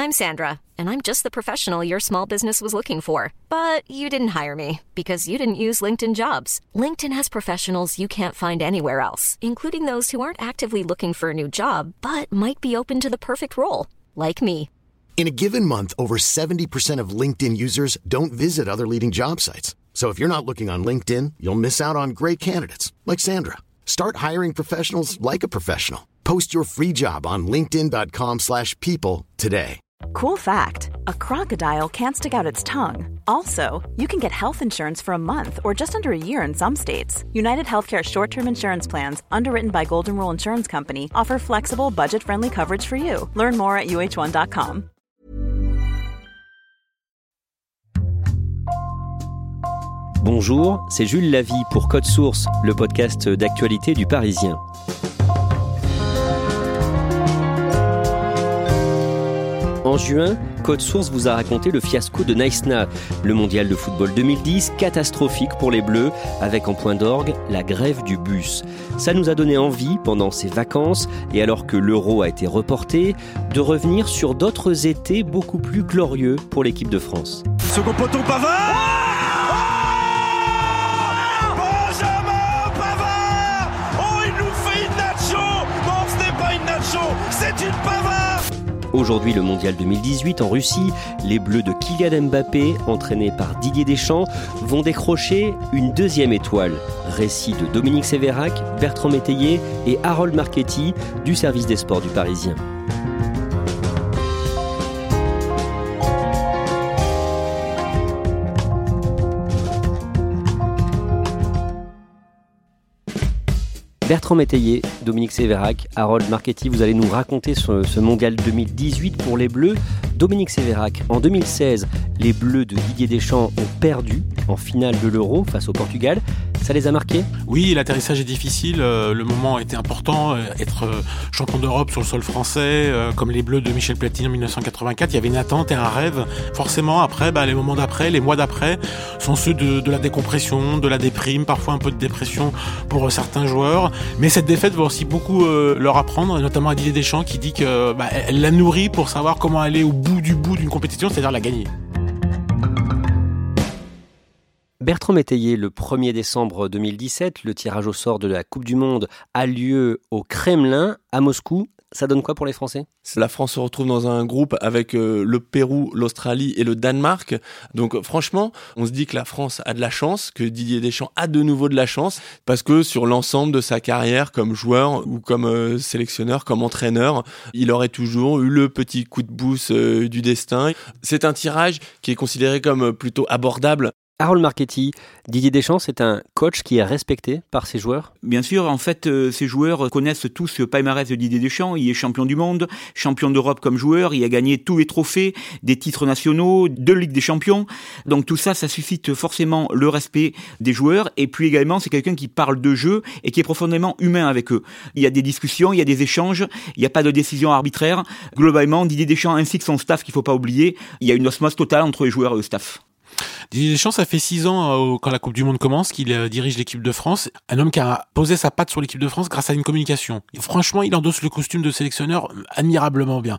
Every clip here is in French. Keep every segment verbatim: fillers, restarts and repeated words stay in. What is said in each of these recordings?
I'm Sandra, and I'm just the professional your small business was looking for. But you didn't hire me because you didn't use LinkedIn Jobs. LinkedIn has professionals you can't find anywhere else, including those who aren't actively looking for a new job, but might be open to the perfect role, like me. In a given month, over seventy percent of LinkedIn users don't visit other leading job sites. So if you're not looking on LinkedIn, you'll miss out on great candidates like Sandra. Start hiring professionals like a professional. Post your free job on linkedin.com slash people today. Cool fact, a crocodile can't stick out its tongue. Also, you can get health insurance for a month or just under a year in some states. United Healthcare short-term insurance plans, underwritten by Golden Rule Insurance Company, offer flexible, budget-friendly coverage for you. Learn more at U H one dot com. Bonjour, c'est Jules Lavie pour Code Source, le podcast d'actualité du Parisien. En juin, Code Source vous a raconté le fiasco de Naïsna, le mondial de football deux mille dix, catastrophique pour les Bleus, avec en point d'orgue la grève du bus. Ça nous a donné envie, pendant ces vacances, et alors que l'Euro a été reporté, de revenir sur d'autres étés beaucoup plus glorieux pour l'équipe de France. Second poteau, Pavard! C'est une Pavard! Aujourd'hui, le mondial deux mille dix-huit en Russie, les Bleus de Kylian Mbappé, entraînés par Didier Deschamps, vont décrocher une deuxième étoile. Récit de Dominique Sévérac, Bertrand Métayer et Harold Marchetti du service des sports du Parisien. Bertrand Métayer, Dominique Sévérac, Harold Marchetti, vous allez nous raconter ce, ce mondial deux mille dix-huit pour les Bleus. Dominique Sévérac, en deux mille seize, les Bleus de Didier Deschamps ont perdu en finale de l'Euro face au Portugal. Ça les a marqués ? Oui, l'atterrissage est difficile, euh, le moment était important, euh, être euh, champion d'Europe sur le sol français, euh, comme les Bleus de Michel Platini en dix-neuf cent quatre-vingt-quatre, il y avait une attente et un rêve. Forcément, après, bah, les moments d'après, les mois d'après, sont ceux de, de la décompression, de la déprime, parfois un peu de dépression pour euh, certains joueurs. Mais cette défaite va aussi beaucoup euh, leur apprendre, notamment à Didier Deschamps qui dit que bah, elle l'a nourri pour savoir comment aller au bout du bout d'une compétition, c'est-à-dire la gagner. Bertrand Métayer, le premier décembre deux mille dix-sept, le tirage au sort de la Coupe du Monde a lieu au Kremlin, à Moscou. Ça donne quoi pour les Français ? La France se retrouve dans un groupe avec euh, le Pérou, l'Australie et le Danemark. Donc franchement, on se dit que la France a de la chance, que Didier Deschamps a de nouveau de la chance, parce que sur l'ensemble de sa carrière comme joueur ou comme euh, sélectionneur, comme entraîneur, il aurait toujours eu le petit coup de boost euh, du destin. C'est un tirage qui est considéré comme plutôt abordable. Harold Marchetti, Didier Deschamps, c'est un coach qui est respecté par ses joueurs ? Bien sûr, en fait, euh, ces joueurs connaissent tous le palmarès de Didier Deschamps. Il est champion du monde, champion d'Europe comme joueur, il a gagné tous les trophées, des titres nationaux, de Ligue des Champions. Donc tout ça, ça suscite forcément le respect des joueurs. Et puis également, c'est quelqu'un qui parle de jeu et qui est profondément humain avec eux. Il y a des discussions, il y a des échanges, il n'y a pas de décision arbitraire. Globalement, Didier Deschamps ainsi que son staff, qu'il ne faut pas oublier, il y a une osmose totale entre les joueurs et le staff. Didier Deschamps, ça fait six ans euh, quand la Coupe du Monde commence qu'il euh, dirige l'équipe de France. Un homme qui a posé sa patte sur l'équipe de France grâce à une communication. Et franchement, il endosse le costume de sélectionneur admirablement bien.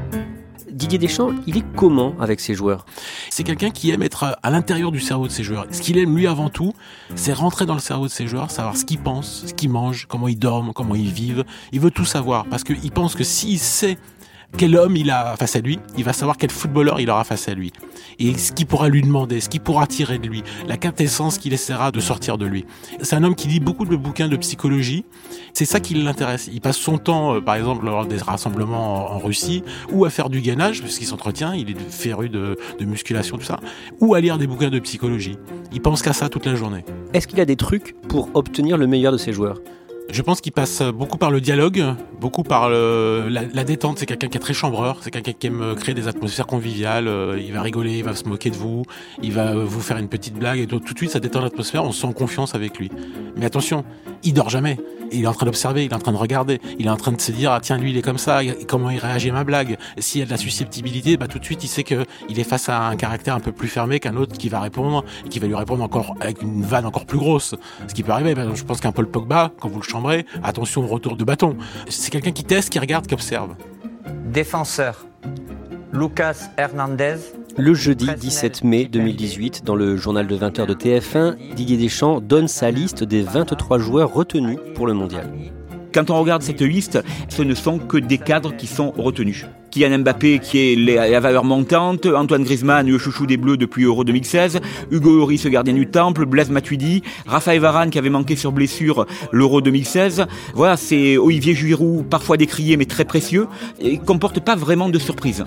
Didier Deschamps, il est comment avec ses joueurs ? C'est quelqu'un qui aime être à l'intérieur du cerveau de ses joueurs. Ce qu'il aime, lui, avant tout, c'est rentrer dans le cerveau de ses joueurs, savoir ce qu'ils pensent, ce qu'ils mangent, comment ils dorment, comment ils vivent. Il veut tout savoir parce qu'il pense que s'il sait quel homme il a face à lui, il va savoir quel footballeur il aura face à lui. Et ce qu'il pourra lui demander, ce qu'il pourra tirer de lui, la quintessence qu'il essaiera de sortir de lui. C'est un homme qui lit beaucoup de bouquins de psychologie. C'est ça qui l'intéresse. Il passe son temps, euh, par exemple, lors des rassemblements en, en Russie, ou à faire du gainage, parce qu'il s'entretient, il est féru de, de musculation, tout ça, ou à lire des bouquins de psychologie. Il pense qu'à ça toute la journée. Est-ce qu'il a des trucs pour obtenir le meilleur de ses joueurs ? Je pense qu'il passe beaucoup par le dialogue, beaucoup par le, la, la détente. C'est quelqu'un qui est très chambreur, c'est quelqu'un qui aime créer des atmosphères conviviales. Il va rigoler, il va se moquer de vous, il va vous faire une petite blague et tout, tout de suite ça détend l'atmosphère, on se sent en confiance avec lui. Mais attention, il dort jamais. Il est en train d'observer, il est en train de regarder, il est en train de se dire ah tiens lui il est comme ça, comment il réagit à ma blague. S'il y a de la susceptibilité, bah tout de suite il sait que il est face à un caractère un peu plus fermé qu'un autre qui va répondre et qui va lui répondre encore avec une vanne encore plus grosse. Ce qui peut arriver. Bah, je pense qu'un Paul Pogba, quand vous le chambrez, attention au retour de bâton. C'est quelqu'un qui teste, qui regarde, qui observe. Défenseur, Lucas Hernandez. Le jeudi dix-sept mai deux mille dix-huit, dans le journal de vingt heures de T F un, Didier Deschamps donne sa liste des vingt-trois joueurs retenus pour le mondial. Quand on regarde cette liste, ce ne sont que des cadres qui sont retenus. Kylian Mbappé qui est la valeur montante, Antoine Griezmann, le chouchou des Bleus depuis Euro deux mille seize, Hugo Lloris, le gardien du Temple, Blaise Matuidi, Raphaël Varane qui avait manqué sur blessure l'Euro deux mille seize. Voilà, c'est Olivier Giroud, parfois décrié mais très précieux, et il ne comporte pas vraiment de surprise.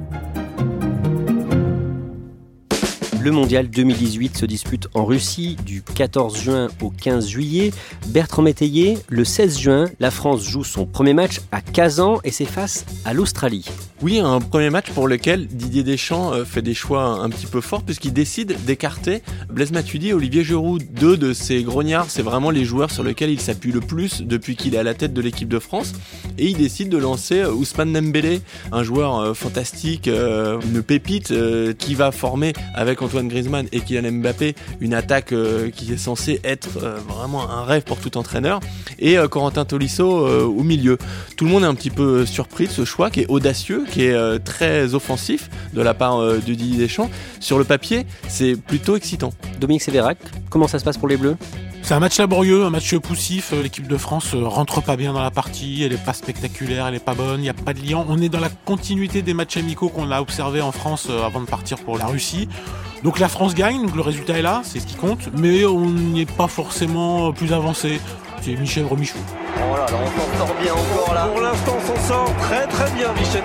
Le mondial deux mille dix-huit se dispute en Russie du quatorze juin au quinze juillet. Bertrand Métayer, le seize juin, la France joue son premier match à Kazan et c'est face à l'Australie. Oui, un premier match pour lequel Didier Deschamps fait des choix un petit peu forts puisqu'il décide d'écarter Blaise Matuidi et Olivier Giroud. Deux de ces grognards, c'est vraiment les joueurs sur lesquels il s'appuie le plus depuis qu'il est à la tête de l'équipe de France. Et il décide de lancer Ousmane Dembélé, un joueur fantastique, une pépite qui va former avec Antoine Griezmann et Kylian Mbappé une attaque qui est censée être vraiment un rêve pour tout entraîneur. Et Corentin Tolisso au milieu. Tout le monde est un petit peu surpris de ce choix qui est audacieux, qui est euh, très offensif de la part euh, de Didier Deschamps. Sur le papier, c'est plutôt excitant. Dominique Sévérac, comment ça se passe pour les Bleus ? C'est un match laborieux, un match poussif. L'équipe de France rentre pas bien dans la partie, elle est pas spectaculaire, elle est pas bonne, il n'y a pas de liant. On est dans la continuité des matchs amicaux qu'on a observés en France avant de partir pour la Russie. Donc la France gagne, donc le résultat est là, c'est ce qui compte, mais on n'est pas forcément plus avancé. C'est Michel Romichou. Oh là là, on s'en sort bien encore là. Pour l'instant, on s'en sort très très bien, Michel.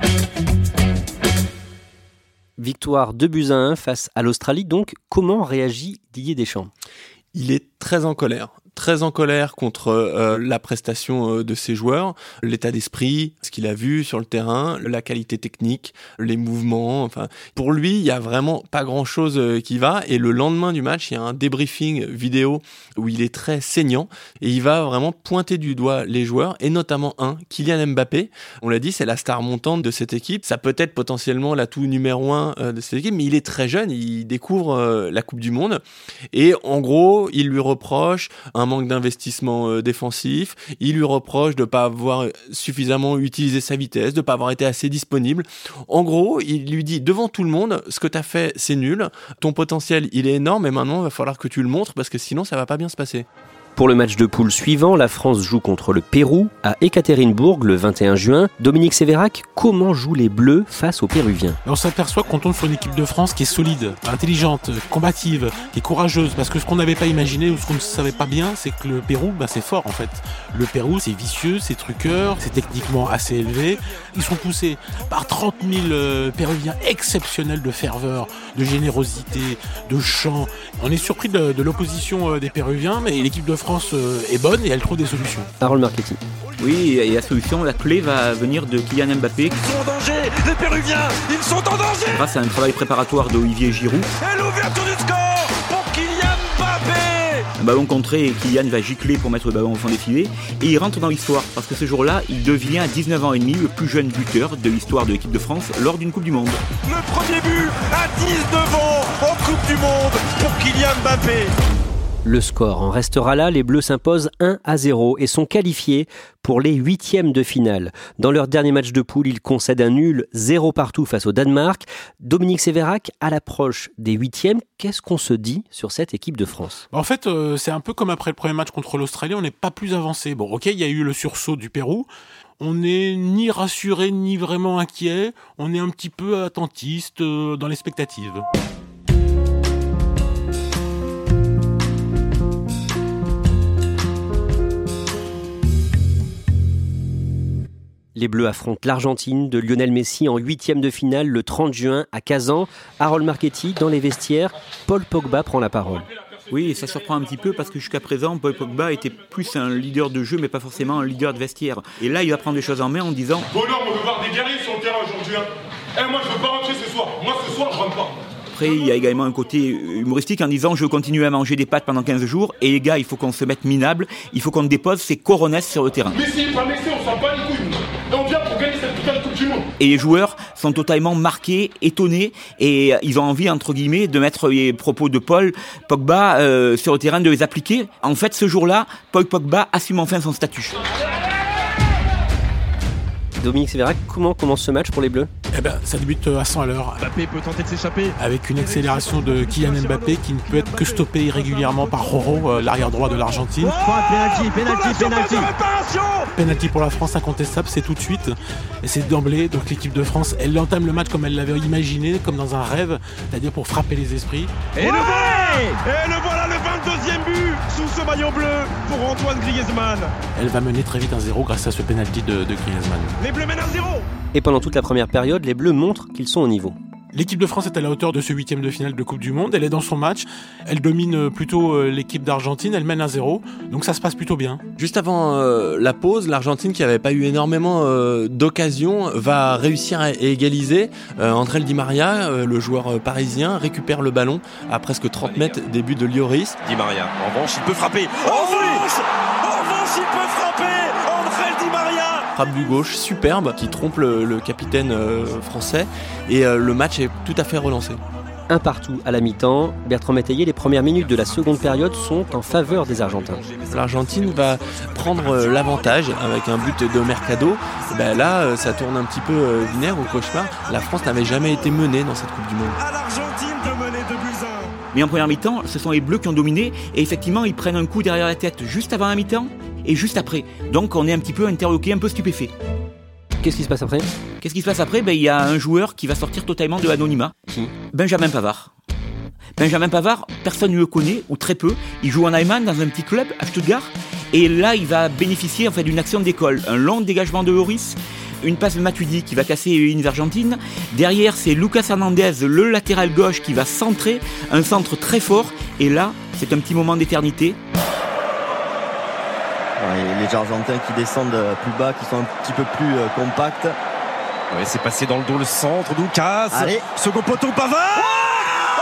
Victoire deux buts à un face à l'Australie. Donc, comment réagit Didier Deschamps ? Il est très en colère. Très en colère contre euh, la prestation euh, de ses joueurs, l'état d'esprit, ce qu'il a vu sur le terrain, la qualité technique, les mouvements. Enfin, pour lui, il y a vraiment pas grand-chose euh, qui va. Et le lendemain du match, il y a un débriefing vidéo où il est très saignant et il va vraiment pointer du doigt les joueurs et notamment un, Kylian Mbappé. On l'a dit, c'est la star montante de cette équipe. Ça peut être potentiellement l'atout numéro un euh, de cette équipe, mais il est très jeune, il découvre euh, la Coupe du Monde et en gros, il lui reproche un manque d'investissement euh, défensif, il lui reproche de ne pas avoir suffisamment utilisé sa vitesse, de ne pas avoir été assez disponible. En gros, il lui dit devant tout le monde, ce que tu as fait, c'est nul, ton potentiel, il est énorme et maintenant, il va falloir que tu le montres parce que sinon, ça va pas bien se passer. Pour le match de poule suivant, la France joue contre le Pérou à Ekaterinbourg le vingt et un juin. Dominique Sévérac, comment jouent les Bleus face aux Péruviens ? On s'aperçoit qu'on tombe sur une équipe de France qui est solide, intelligente, combative, qui est courageuse. Parce que ce qu'on n'avait pas imaginé ou ce qu'on ne savait pas bien, c'est que le Pérou, bah, c'est fort en fait. Le Pérou, c'est vicieux, c'est truqueur, c'est techniquement assez élevé. Ils sont poussés par trente mille euh, Péruviens exceptionnels de ferveur, de générosité, de chant. On est surpris de, de l'opposition euh, des Péruviens, mais l'équipe de France est bonne et elle trouve des solutions. Harold Marchetti. Oui, et la solution, la clé va venir de Kylian Mbappé. Ils sont en danger, les Péruviens, ils sont en danger. Grâce à un travail préparatoire d'Olivier Giroud. Et l'ouverture du score pour Kylian Mbappé. Un ballon contré et Kylian va gicler pour mettre le ballon au fond des filets. Et il rentre dans l'histoire parce que ce jour-là, il devient à dix-neuf ans et demi le plus jeune buteur de l'histoire de l'équipe de France lors d'une Coupe du Monde. Le premier but à dix-neuf ans en Coupe du Monde pour Kylian Mbappé. Le score en restera là, les Bleus s'imposent un à zéro et sont qualifiés pour les huitièmes de finale. Dans leur dernier match de poule, ils concèdent un nul zéro partout face au Danemark. Dominique Sévérac, à l'approche des huitièmes, qu'est-ce qu'on se dit sur cette équipe de France ? En fait, euh, c'est un peu comme après le premier match contre l'Australie, on n'est pas plus avancé. Bon, ok, il y a eu le sursaut du Pérou. On n'est ni rassuré ni vraiment inquiet. On est un petit peu attentiste euh, dans l'expectative. Les Bleus affrontent l'Argentine de Lionel Messi en huitième de finale le trente juin à Kazan. Harold Marchetti, dans les vestiaires, Paul Pogba prend la parole. Oui, ça surprend un petit peu parce que jusqu'à présent, Paul Pogba était plus un leader de jeu, mais pas forcément un leader de vestiaire. Et là, il va prendre les choses en main en disant « Bonhomme, on veut voir des guerriers sur le terrain aujourd'hui. Hein. Eh, moi, je veux pas rentrer ce soir. Moi, ce soir, je rentre pas. » Après, il y a également un côté humoristique en disant « Je veux continuer à manger des pâtes pendant quinze jours. Et les gars, il faut qu'on se mette minable. Il faut qu'on dépose ces coronesses sur le terrain. » Messi, pas Messi, on s'en bat les couilles. Et on vient pour gagner cette putain de Coupe du Monde. Et les joueurs sont totalement marqués, étonnés, et ils ont envie, entre guillemets, de mettre les propos de Paul Pogba euh, sur le terrain, de les appliquer. En fait, ce jour-là, Paul Pogba assume enfin son statut. Dominique Sévérac, comment commence ce match pour les Bleus ? Eh ben, ça débute à cent à l'heure. Mbappé peut tenter de s'échapper. Avec une accélération de Kylian Mbappé qui ne peut être que stoppée irrégulièrement par Roro, l'arrière droit de l'Argentine. Oh, penalty, penalty, penalty. Penalty pour la France incontestable, c'est tout de suite. Et c'est d'emblée. Donc l'équipe de France, elle entame le match comme elle l'avait imaginé, comme dans un rêve, c'est-à-dire pour frapper les esprits. Et le voilà Et le voilà, le vingt-deuxième but sous ce maillot bleu pour Antoine Griezmann. Elle va mener très vite un zéro grâce à ce penalty de, de Griezmann. Les Bleus mènent un zéro. Et pendant toute la première période, les Bleus montrent qu'ils sont au niveau. L'équipe de France est à la hauteur de ce huitième de finale de Coupe du Monde. Elle est dans son match. Elle domine plutôt l'équipe d'Argentine. Elle mène un zéro. Donc ça se passe plutôt bien. Juste avant euh, la pause, l'Argentine, qui n'avait pas eu énormément euh, d'occasions, va réussir à égaliser. Euh, André Di Maria, euh, le joueur parisien, récupère le ballon à presque trente mètres des buts de Lloris. Di Maria, en revanche, il peut frapper. En revanche, en revanche, il peut frapper. André Di Maria. Frappe du gauche, superbe, qui trompe le, le capitaine euh, français. Et euh, le match est tout à fait relancé. Un partout à la mi-temps. Bertrand Métayer, les premières minutes de la seconde période sont en faveur des Argentins. L'Argentine va prendre euh, l'avantage avec un but de Mercado. Et ben là, euh, ça tourne un petit peu euh, vinaigre au cauchemar. La France n'avait jamais été menée dans cette Coupe du Monde. À l'Argentine de mener deux buts à un. Mais en première mi-temps, ce sont les Bleus qui ont dominé. Et effectivement, ils prennent un coup derrière la tête juste avant la mi-temps et juste après. Donc on est un petit peu interloqué, un peu stupéfait. Qu'est-ce qui se passe après ? Qu'est-ce qui se passe après ? Ben, il y a un joueur qui va sortir totalement de l'anonymat. Qui ? Benjamin Pavard. Benjamin Pavard, personne ne le connaît, ou très peu. Il joue en Allemagne dans un petit club à Stuttgart. Et là, il va bénéficier en fait, d'une action d'école. Un long dégagement de Lloris, une passe de Matuidi qui va casser les lignes argentines. Derrière, c'est Lucas Hernandez, le latéral gauche, qui va centrer. Un centre très fort. Et là, c'est un petit moment d'éternité. Les Argentins qui descendent plus bas, qui sont un petit peu plus euh, compacts. Ouais, c'est passé dans le dos le centre, Doukas. Allez. Second poteau, Pavard. Oh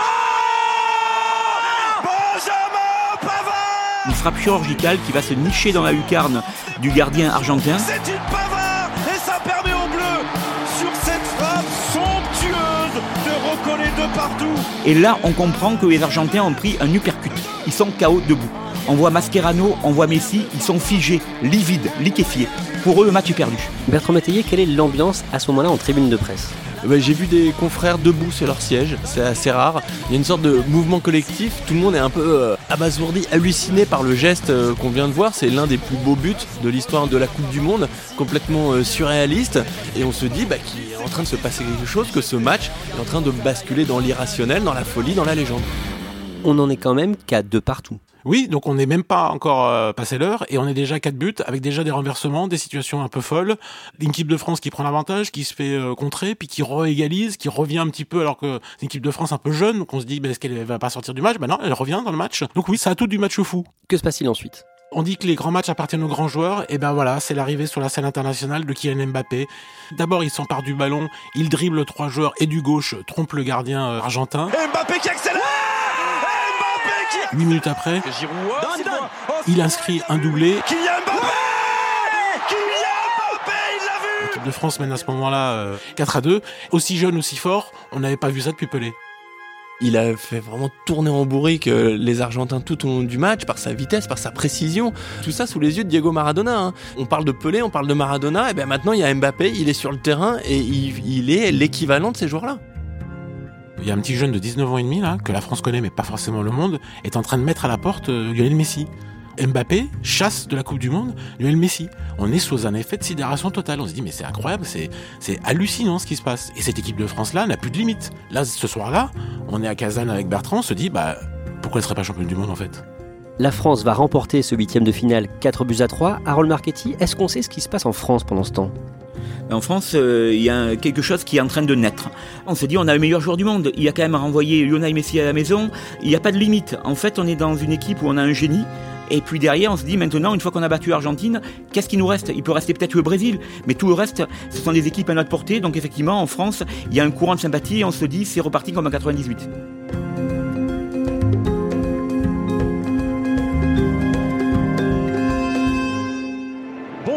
oh Benjamin Pavard. Une frappe chirurgicale qui va se nicher dans la lucarne du gardien argentin. C'est une Pavard et ça permet aux Bleus, sur cette frappe somptueuse, de recoller de partout. Et là, on comprend que les Argentins ont pris un uppercut. Ils sont K O debout. On voit Mascherano, on voit Messi, ils sont figés, livides, liquéfiés. Pour eux, le match est perdu. Bertrand Métayer, quelle est l'ambiance à ce moment-là en tribune de presse ? Ben, j'ai vu des confrères debout sur leur siège, c'est assez rare. Il y a une sorte de mouvement collectif, tout le monde est un peu euh, abasourdi, halluciné par le geste euh, qu'on vient de voir. C'est l'un des plus beaux buts de l'histoire de la Coupe du Monde, complètement euh, surréaliste. Et on se dit bah, qu'il est en train de se passer quelque chose, que ce match est en train de basculer dans l'irrationnel, dans la folie, dans la légende. On n'en est quand même qu'à deux partout. Oui, donc on n'est même pas encore euh, passé l'heure et on est déjà à quatre buts avec déjà des renversements, des situations un peu folles. L'équipe de France qui prend l'avantage, qui se fait euh, contrer, puis qui re-égalise, qui revient un petit peu alors que c'est une équipe de France un peu jeune, donc on se dit bah, est-ce qu'elle va pas sortir du match ? Ben non, elle revient dans le match. Donc oui, ça a tout du match fou. Que se passe-t-il ensuite ? On dit que les grands matchs appartiennent aux grands joueurs, et ben voilà, c'est l'arrivée sur la scène internationale de Kylian Mbappé. D'abord, il s'empare du ballon, il dribble trois joueurs et du gauche trompe le gardien euh, argentin. Mbappé qui accélère. Huit minutes après, il inscrit un doublé. Kylian Mbappé Kylian Mbappé, il l'a vu. L'équipe de France mène à ce moment-là euh, quatre à deux. Aussi jeune, aussi fort, on n'avait pas vu ça depuis Pelé. Il a fait vraiment tourner en bourrique euh, les Argentins tout au long du match, par sa vitesse, par sa précision. Tout ça sous les yeux de Diego Maradona. Hein. On parle de Pelé, on parle de Maradona, et bien maintenant il y a Mbappé, il est sur le terrain et il, il est l'équivalent de ces joueurs-là. Il y a un petit jeune de dix-neuf ans et demi, là, que la France connaît mais pas forcément le monde, est en train de mettre à la porte euh, Lionel Messi. Mbappé chasse de la Coupe du Monde Lionel Messi. On est sous un effet de sidération totale. On se dit mais c'est incroyable, c'est, c'est hallucinant ce qui se passe. Et cette équipe de France-là n'a plus de limite. Là, ce soir-là, on est à Kazan avec Bertrand, on se dit bah pourquoi elle serait pas championne du monde en fait ? La France va remporter ce huitième de finale quatre buts à trois. Harold Marchetti, est-ce qu'on sait ce qui se passe en France pendant ce temps ? En France, il euh, y a quelque chose qui est en train de naître. On se dit, on a le meilleur joueur du monde. Il a quand même renvoyé Lionel Messi à la maison. Il n'y a pas de limite. En fait, on est dans une équipe où on a un génie. Et puis derrière, on se dit maintenant, une fois qu'on a battu l'Argentine, qu'est-ce qui nous reste ? Il peut rester peut-être le Brésil, mais tout le reste, ce sont des équipes à notre portée. Donc effectivement, en France, il y a un courant de sympathie et on se dit, c'est reparti comme en quatre-vingt-dix-huit. Bonjour à tous.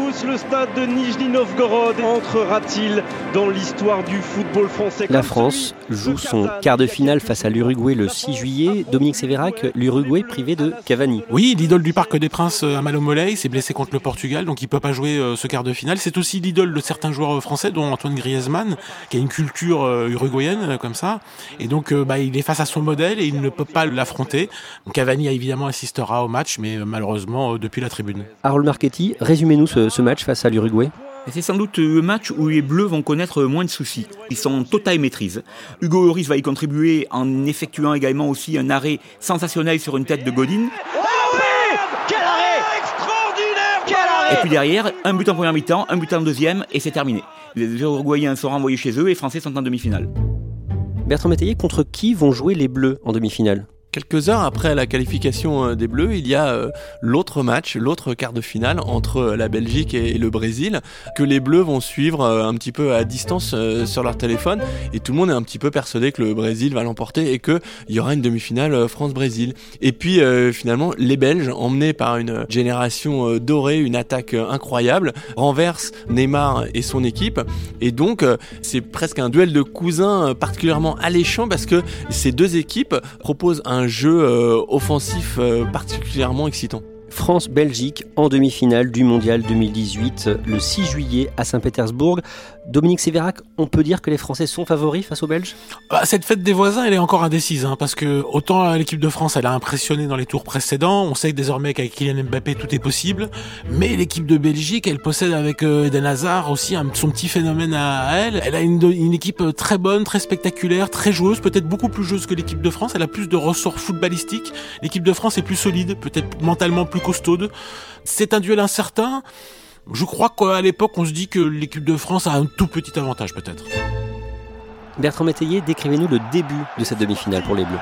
tous, le stade de Nijni Novgorod entrera-t-il dans l'histoire du football français? La France joue son quart de finale face à l'Uruguay le six juillet. Dominique Sévérac, l'Uruguay privé de Cavani. Oui, l'idole du Parc des Princes a mal au mollet, il s'est blessé contre le Portugal, donc il peut pas jouer ce quart de finale. C'est aussi l'idole de certains joueurs français, dont Antoine Griezmann, qui a une culture uruguayenne comme ça, et donc bah, il est face à son modèle et il ne peut pas l'affronter. Donc Cavani évidemment assistera au match, mais malheureusement depuis la tribune. Harold Marchetti, résumez-nous ce, ce match face à l'Uruguay. C'est sans doute le match où les Bleus vont connaître moins de soucis. Ils sont en totale maîtrise. Hugo Lloris va y contribuer en effectuant également aussi un arrêt sensationnel sur une tête de Godin. Oh oui, quel arrêt extraordinaire, quel arrêt! Et puis derrière, un but en première mi-temps, un but en deuxième, et c'est terminé. Les Uruguayens sont renvoyés chez eux et les Français sont en demi-finale. Bertrand Métayer, contre qui vont jouer les Bleus en demi-finale ? Quelques heures après la qualification des Bleus, il y a euh, l'autre match, l'autre quart de finale entre euh, la Belgique et, et le Brésil, que les Bleus vont suivre euh, un petit peu à distance euh, sur leur téléphone, et tout le monde est un petit peu persuadé que le Brésil va l'emporter et qu'il y aura une demi-finale euh, France-Brésil. Et puis euh, finalement, les Belges, emmenés par une génération euh, dorée, une attaque euh, incroyable, renversent Neymar et son équipe, et donc euh, c'est presque un duel de cousins euh, particulièrement alléchant parce que ces deux équipes proposent un jeu euh, offensif euh, particulièrement excitant. France-Belgique en demi-finale du Mondial deux mille dix-huit, le six juillet à Saint-Pétersbourg. Dominique Sévérac, on peut dire que les Français sont favoris face aux Belges ? Bah, cette fête des voisins, elle est encore indécise, hein, parce que autant l'équipe de France, elle a impressionné dans les tours précédents, on sait que désormais qu'avec Kylian Mbappé, tout est possible, mais l'équipe de Belgique, elle possède avec euh, Eden Hazard aussi un, son petit phénomène à, à elle. Elle a une, une équipe très bonne, très spectaculaire, très joueuse, peut-être beaucoup plus joueuse que l'équipe de France, elle a plus de ressorts footballistiques. L'équipe de France est plus solide, peut-être mentalement plus costaude. C'est un duel incertain. Je crois qu'à l'époque, on se dit que l'équipe de France a un tout petit avantage, peut-être. Bertrand Métayer, décrivez-nous le début de cette demi-finale pour les Bleus.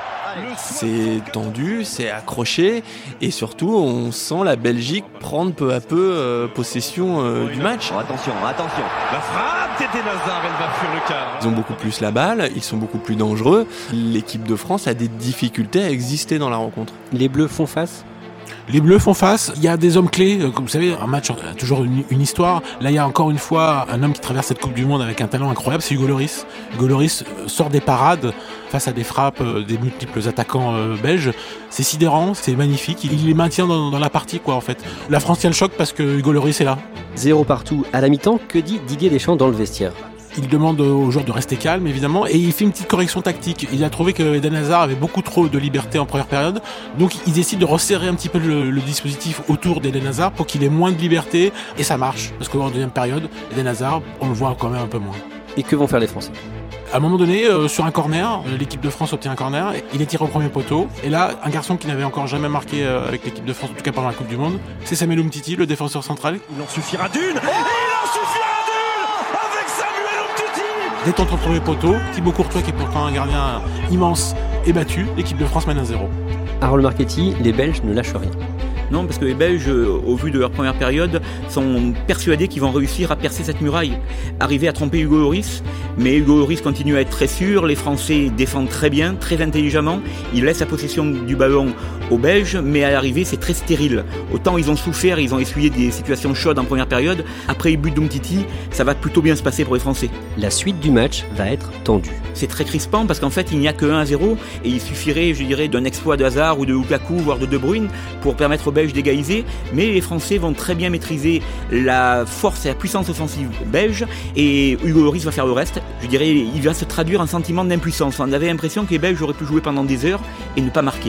C'est tendu, c'est accroché, et surtout, on sent la Belgique prendre peu à peu euh, possession euh, du match. Oh, attention, attention. La frappe d'Eden Hazard, elle va fuir le cadre. Ils ont beaucoup plus la balle, ils sont beaucoup plus dangereux. L'équipe de France a des difficultés à exister dans la rencontre. Les Bleus font face ? Les Bleus font face, il y a des hommes clés, comme vous savez, un match a toujours une, une histoire. Là, il y a encore une fois un homme qui traverse cette Coupe du Monde avec un talent incroyable, c'est Hugo Lloris. Hugo Lloris sort des parades face à des frappes des multiples attaquants euh, belges. C'est sidérant, c'est magnifique, il les maintient dans, dans la partie, quoi, en fait. La France tient le choc parce que Hugo Lloris est là. Zéro partout à la mi-temps, que dit Didier Deschamps dans le vestiaire ? Il demande aux joueurs de rester calmes, évidemment, et il fait une petite correction tactique. Il a trouvé que Eden Hazard avait beaucoup trop de liberté en première période, donc il décide de resserrer un petit peu le, le dispositif autour d'Eden Hazard pour qu'il ait moins de liberté, et ça marche, parce qu'en deuxième période, Eden Hazard, on le voit quand même un peu moins. Et que vont faire les Français ? À un moment donné, euh, sur un corner, l'équipe de France obtient un corner, il est tiré au premier poteau, et là, un garçon qui n'avait encore jamais marqué euh, avec l'équipe de France, en tout cas pendant la Coupe du Monde, c'est Samuel Umtiti, le défenseur central. Il en suffira d'une, et il en suffira d'une avec Samuel Umtiti. Détente au premier poteau, Thibaut Courtois qui est pourtant un gardien immense est battu, l'équipe de France mène un zéro. Harold Marchetti, les Belges ne lâchent rien. Non, parce que les Belges, au vu de leur première période, sont persuadés qu'ils vont réussir à percer cette muraille, arriver à tromper Hugo Lloris. Mais Hugo Lloris continue à être très sûr, les Français défendent très bien, très intelligemment, ils laissent la possession du ballon aux Belges, mais à l'arrivée c'est très stérile. Autant ils ont souffert, ils ont essuyé des situations chaudes en première période, après le but d'Umtiti, ça va plutôt bien se passer pour les Français. La suite du match va être tendue. C'est très crispant parce qu'en fait il n'y a que un à zéro et il suffirait, je dirais, d'un exploit de Hazard ou de Lukaku, voire de De Bruyne, pour permettre aux Belges d'égaliser, mais les Français vont très bien maîtriser la force et la puissance offensive belge et Hugo Lloris va faire le reste. Je dirais, il va se traduire un sentiment d'impuissance. On avait l'impression que les Belges auraient pu jouer pendant des heures et ne pas marquer.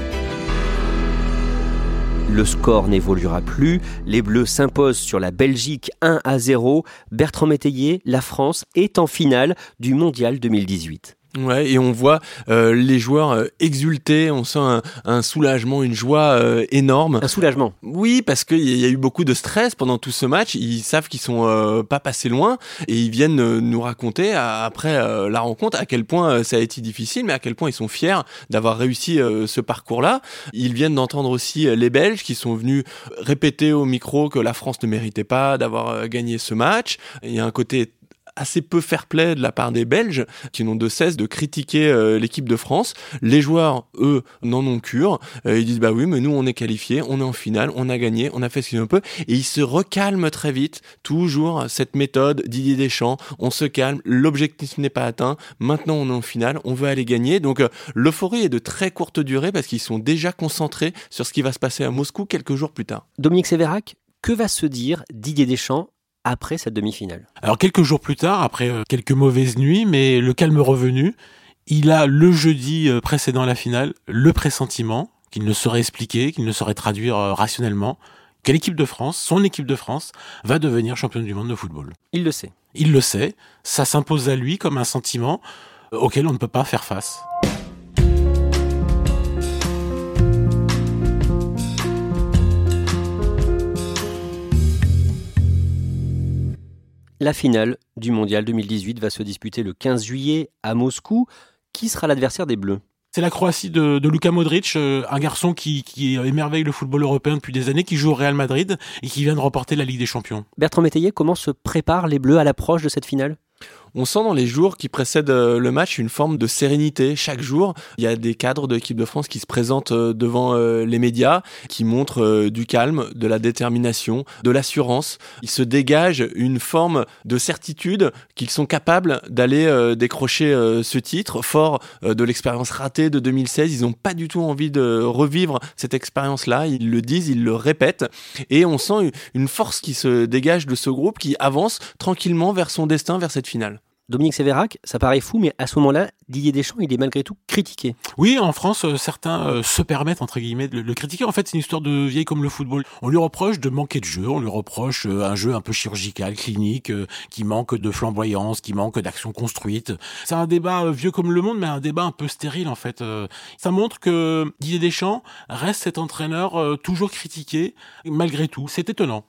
Le score n'évoluera plus. Les Bleus s'imposent sur la Belgique un à zéro. Bertrand Métayer, la France est en finale du Mondial deux mille dix-huit. Ouais, et on voit euh, les joueurs euh, exulter, on sent un, un soulagement, une joie euh, énorme. Un soulagement. Oui, parce qu'il y a eu beaucoup de stress pendant tout ce match. Ils savent qu'ils sont euh, pas passés loin et ils viennent euh, nous raconter à, après euh, la rencontre à quel point euh, ça a été difficile, mais à quel point ils sont fiers d'avoir réussi euh, ce parcours-là. Ils viennent d'entendre aussi euh, les Belges qui sont venus répéter au micro que la France ne méritait pas d'avoir euh, gagné ce match. Il y a un côté assez peu fair-play de la part des Belges, qui n'ont de cesse de critiquer euh, l'équipe de France. Les joueurs, eux, n'en ont cure. Euh, ils disent, bah oui, mais nous, on est qualifiés, on est en finale, on a gagné, on a fait ce qu'on peut. Et ils se recalment très vite. Toujours cette méthode, Didier Deschamps, on se calme, l'objectif n'est pas atteint, maintenant on est en finale, on veut aller gagner. Donc euh, l'euphorie est de très courte durée parce qu'ils sont déjà concentrés sur ce qui va se passer à Moscou quelques jours plus tard. Dominique Sévérac, que va se dire Didier Deschamps après cette demi-finale? Alors quelques jours plus tard, après euh, quelques mauvaises nuits, mais le calme revenu, il a le jeudi euh, précédant la finale, le pressentiment qu'il ne saurait expliquer, qu'il ne saurait traduire euh, rationnellement, que l'équipe de France, son équipe de France, va devenir championne du monde de football. Il le sait. Il le sait, ça s'impose à lui comme un sentiment euh, auquel on ne peut pas faire face. La finale du Mondial deux mille dix-huit va se disputer le quinze juillet à Moscou. Qui sera l'adversaire des Bleus ? C'est la Croatie de, de Luka Modric, euh, un garçon qui, qui émerveille le football européen depuis des années, qui joue au Real Madrid et qui vient de remporter la Ligue des Champions. Bertrand Métayer, comment se préparent les Bleus à l'approche de cette finale ? On sent dans les jours qui précèdent le match une forme de sérénité. Chaque jour, il y a des cadres de l'équipe de France qui se présentent devant les médias, qui montrent du calme, de la détermination, de l'assurance. Il se dégage une forme de certitude qu'ils sont capables d'aller décrocher ce titre. Fort de l'expérience ratée de deux mille seize, ils n'ont pas du tout envie de revivre cette expérience-là. Ils le disent, ils le répètent. Et on sent une force qui se dégage de ce groupe qui avance tranquillement vers son destin, vers cette finale. Dominique Sévérac, ça paraît fou, mais à ce moment-là, Didier Deschamps, il est malgré tout critiqué. Oui, en France, euh, certains euh, se permettent, entre guillemets, de le, le critiquer. En fait, c'est une histoire de vieille comme le football. On lui reproche de manquer de jeu, on lui reproche euh, un jeu un peu chirurgical, clinique, euh, qui manque de flamboyance, qui manque d'action construite. C'est un débat euh, vieux comme le monde, mais un débat un peu stérile, en fait. Euh, ça montre que Didier Deschamps reste cet entraîneur euh, toujours critiqué, malgré tout. C'est étonnant.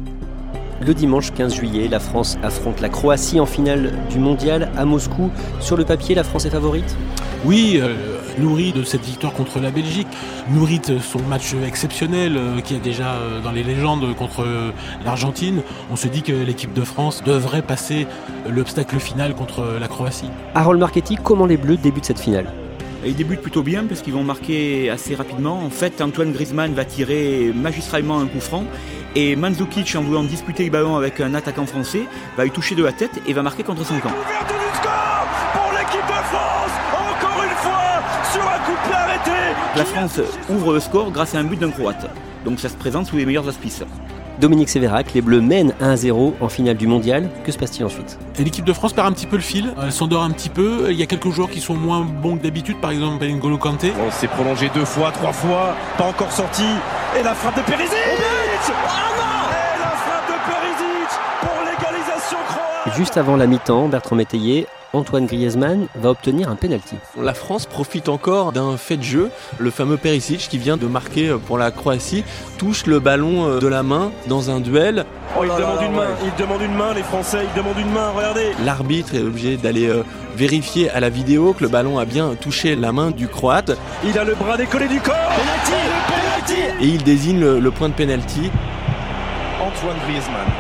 Le dimanche quinze juillet, la France affronte la Croatie en finale du Mondial à Moscou. Sur le papier, la France est favorite ? Oui, euh, nourrie de cette victoire contre la Belgique, nourrie de son match exceptionnel euh, qui est déjà euh, dans les légendes contre euh, l'Argentine, on se dit que l'équipe de France devrait passer l'obstacle final contre euh, la Croatie. Harold Marchetti, comment les Bleus débutent cette finale ? Ils débutent plutôt bien parce qu'ils vont marquer assez rapidement. En fait, Antoine Griezmann va tirer magistralement un coup franc et Mandzukic, en voulant disputer le ballon avec un attaquant français, va lui toucher de la tête et va marquer contre son camp. Ouverture du score pour l'équipe de France, encore une fois, sur un coup de pied arrêté. La France ouvre le score grâce à un but d'un Croate. Donc ça se présente sous les meilleurs auspices. Dominique Sévérac, les Bleus mènent un à zéro en finale du Mondial. Que se passe-t-il ensuite ? Et l'équipe de France perd un petit peu le fil, elle s'endort un petit peu. Il y a quelques joueurs qui sont moins bons que d'habitude, par exemple N'Golo Kanté. On s'est prolongé deux fois, trois fois, pas encore sorti. Et la frappe de Perisic. Oh non ! Et la frappe de Perisic pour l'égalisation croate. Juste avant la mi-temps, Bertrand Métayer, Antoine Griezmann va obtenir un penalty. La France profite encore d'un fait de jeu. Le fameux Perisic qui vient de marquer pour la Croatie touche le ballon de la main dans un duel. Oh, il demande une main, il demande une main, les Français, ils demandent une main, regardez. L'arbitre est obligé d'aller euh, vérifier à la vidéo que le ballon a bien touché la main du Croate. Il a le bras décollé du corps. Penalty, penalty. Et il désigne le, le point de penalty. Antoine Griezmann.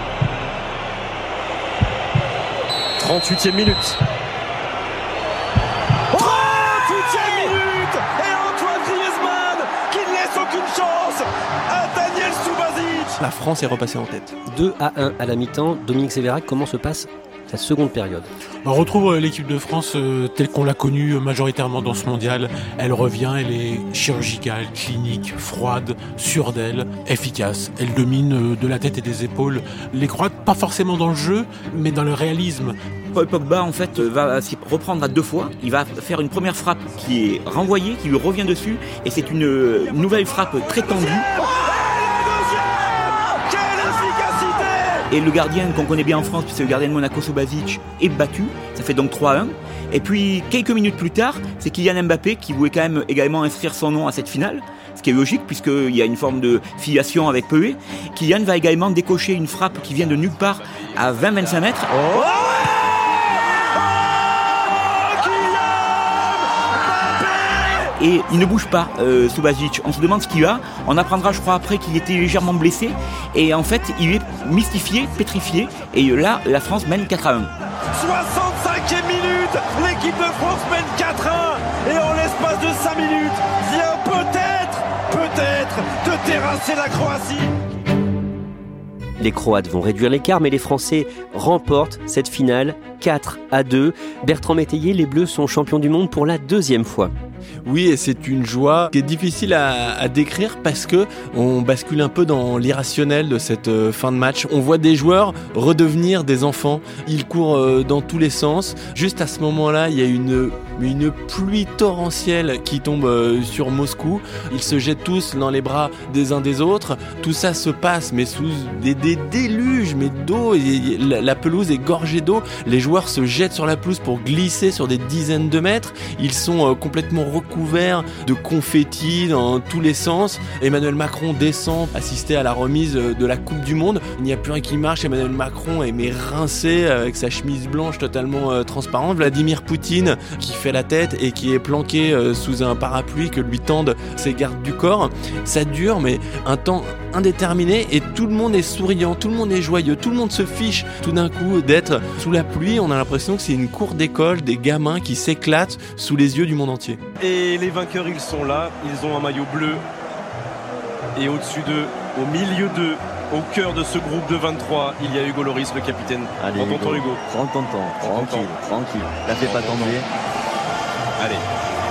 trente-huitième minute. trente-huitième minute. Et Antoine Griezmann qui ne laisse aucune chance à Daniel Subasic. La France est repassée en tête. deux à un à la mi-temps. Dominique Sévérac, comment se passe la seconde période ? On retrouve l'équipe de France euh, telle qu'on l'a connue majoritairement dans ce mondial. Elle revient, elle est chirurgicale, clinique, froide, sûre d'elle, efficace. Elle domine euh, de la tête et des épaules les Croates, pas forcément dans le jeu, mais dans le réalisme. Paul Pogba, en fait, va s'y reprendre à deux fois. Il va faire une première frappe qui est renvoyée, qui lui revient dessus, et c'est une nouvelle frappe très tendue. Et le gardien qu'on connaît bien en France, puisque le gardien de Monaco, Subasic, est battu. Ça fait donc trois à un. Et puis, quelques minutes plus tard, c'est Kylian Mbappé qui voulait quand même également inscrire son nom à cette finale. Ce qui est logique, puisqu'il y a une forme de filiation avec Pelé. Kylian va également décocher une frappe qui vient de nulle part à vingt à vingt-cinq mètres. Oh Et il ne bouge pas, euh, Subasic. On se demande ce qu'il a. On apprendra, je crois, après qu'il était légèrement blessé. Et en fait, il est mystifié, pétrifié. Et là, la France mène quatre à un. soixante-cinquième minute, l'équipe de France mène quatre un et en l'espace de cinq minutes vient peut-être, peut-être de terrasser la Croatie. Les Croates vont réduire l'écart, mais les Français remportent cette finale quatre à deux. Bertrand Métayer, les Bleus sont champions du monde pour la deuxième fois. Oui, et c'est une joie qui est difficile à, à décrire parce que on bascule un peu dans l'irrationnel de cette euh, fin de match. On voit des joueurs redevenir des enfants. Ils courent euh, dans tous les sens. Juste à ce moment-là, il y a une, une pluie torrentielle qui tombe euh, sur Moscou. Ils se jettent tous dans les bras des uns des autres. Tout ça se passe, mais sous des, des déluges mais d'eau. Et la, la pelouse est gorgée d'eau. Les joueurs se jettent sur la pelouse pour glisser sur des dizaines de mètres. Ils sont euh, complètement recouvert de confettis dans tous les sens. Emmanuel Macron descend assister à la remise de la Coupe du Monde. Il n'y a plus rien qui marche. Emmanuel Macron est mais rincé avec sa chemise blanche totalement euh, transparente. Vladimir Poutine qui fait la tête et qui est planqué euh, sous un parapluie que lui tendent ses gardes du corps. Ça dure mais un temps indéterminé et tout le monde est souriant, tout le monde est joyeux, tout le monde se fiche tout d'un coup d'être sous la pluie. On a l'impression que c'est une cour d'école, des gamins qui s'éclatent sous les yeux du monde entier. Et les vainqueurs, ils sont là, ils ont un maillot bleu. Et au-dessus d'eux, au milieu d'eux, au cœur de ce groupe de vingt-trois, il y a Hugo Lloris, le capitaine. Allez, prends ton temps, Hugo. Prends ton temps, tranquille, tranquille. La fais pas tomber. Allez.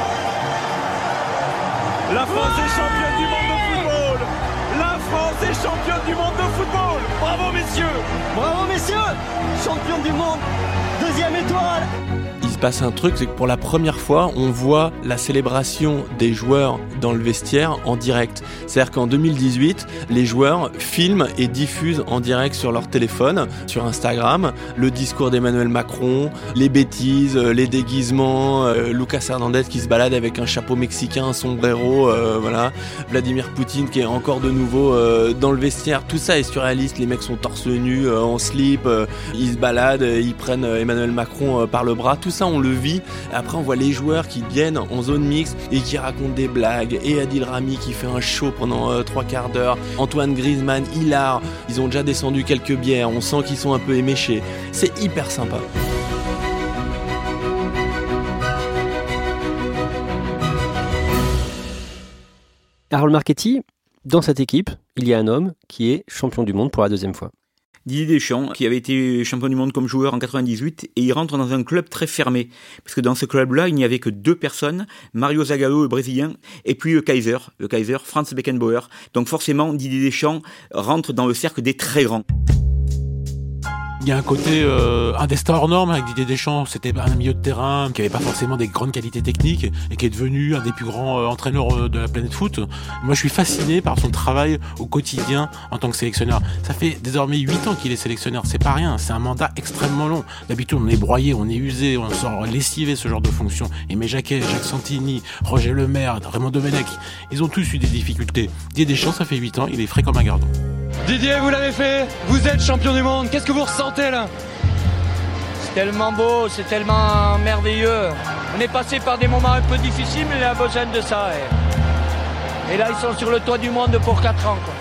La France est championne du monde de football. La France est championne du monde de football. Bravo, messieurs. Bravo, messieurs. Championne du monde. Deuxième étoile. Il se passe un truc, c'est que pour la première fois, on voit la célébration des joueurs dans le vestiaire en direct. C'est-à-dire qu'en deux mille dix-huit, les joueurs filment et diffusent en direct sur leur téléphone, sur Instagram, le discours d'Emmanuel Macron, les bêtises, les déguisements, euh, Lucas Hernandez qui se balade avec un chapeau mexicain, un sombrero, euh, voilà, Vladimir Poutine qui est encore de nouveau euh, dans le vestiaire. Tout ça est surréaliste, les mecs sont torse nu, euh, en slip, euh, ils se baladent, ils prennent Emmanuel Macron euh, par le bras, tout ça on le vit. Après on voit les joueurs qui viennent en zone mixte et qui racontent des blagues, et Adil Rami qui fait un show pendant euh, trois quarts d'heure, Antoine Griezmann, hilar, ils ont déjà descendu quelques bières, on sent qu'ils sont un peu éméchés, c'est hyper sympa. Harold Marchetti, dans cette équipe, il y a un homme qui est champion du monde pour la deuxième fois. Didier Deschamps, qui avait été champion du monde comme joueur en quatre-vingt-dix-huit, et il rentre dans un club très fermé. Parce que dans ce club-là, il n'y avait que deux personnes, Mario Zagallo, le Brésilien, et puis le Kaiser, le Kaiser Franz Beckenbauer. Donc forcément, Didier Deschamps rentre dans le cercle des très grands. Il y a un côté, euh, un destin hors norme avec Didier Deschamps. C'était un milieu de terrain qui avait pas forcément des grandes qualités techniques et qui est devenu un des plus grands euh, entraîneurs de la planète foot. Moi, je suis fasciné par son travail au quotidien en tant que sélectionneur. Ça fait désormais huit ans qu'il est sélectionneur. C'est pas rien. C'est un mandat extrêmement long. D'habitude, on est broyé, on est usé, on sort lessivé ce genre de fonction. Aimé Jacquet, Jacques Santini, Roger Lemaire, Raymond Domenech, ils ont tous eu des difficultés. Didier Deschamps, ça fait huit ans, il est frais comme un gardon. Didier, vous l'avez fait, vous êtes champion du monde, qu'est-ce que vous ressentez là ? C'est tellement beau, c'est tellement merveilleux. On est passé par des moments un peu difficiles, mais il a besoin de ça. Et, et là, ils sont sur le toit du monde pour quatre ans, quoi.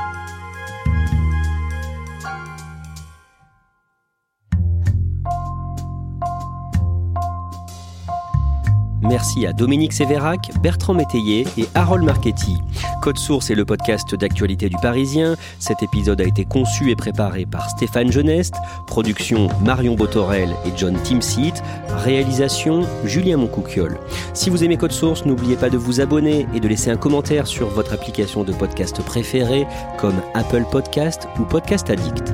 Merci à Dominique Sévérac, Bertrand Métayer et Harold Marchetti. Code Source est le podcast d'actualité du Parisien. Cet épisode a été conçu et préparé par Stéphane Geneste. Production Marion Botorel et John Timsit. Réalisation Julien Moncouquiol. Si vous aimez Code Source, n'oubliez pas de vous abonner et de laisser un commentaire sur votre application de podcast préférée comme Apple Podcast ou Podcast Addict.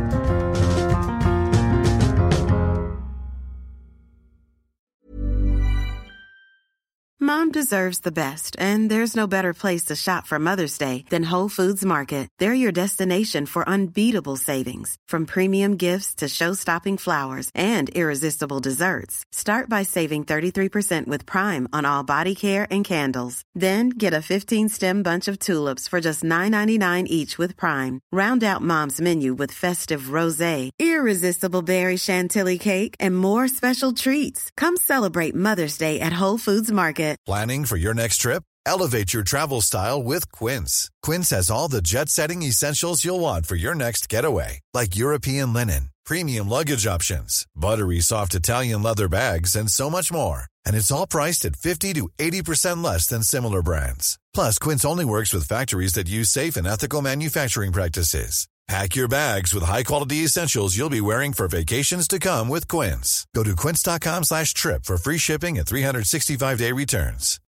Mom deserves the best, and there's no better place to shop for Mother's Day than Whole Foods Market. They're your destination for unbeatable savings, from premium gifts to show-stopping flowers and irresistible desserts. Start by saving thirty-three percent with Prime on all body care and candles. Then get a fifteen-stem bunch of tulips for just nine ninety-nine each with Prime. Round out Mom's menu with festive rosé, irresistible berry chantilly cake, and more special treats. Come celebrate Mother's Day at Whole Foods Market. Planning for your next trip? Elevate your travel style with Quince. Quince has all the jet-setting essentials you'll want for your next getaway, like European linen, premium luggage options, buttery soft Italian leather bags, and so much more. And it's all priced at fifty to eighty percent less than similar brands. Plus, Quince only works with factories that use safe and ethical manufacturing practices. Pack your bags with high-quality essentials you'll be wearing for vacations to come with Quince. Go to quince.com slash trip for free shipping and three sixty-five day returns.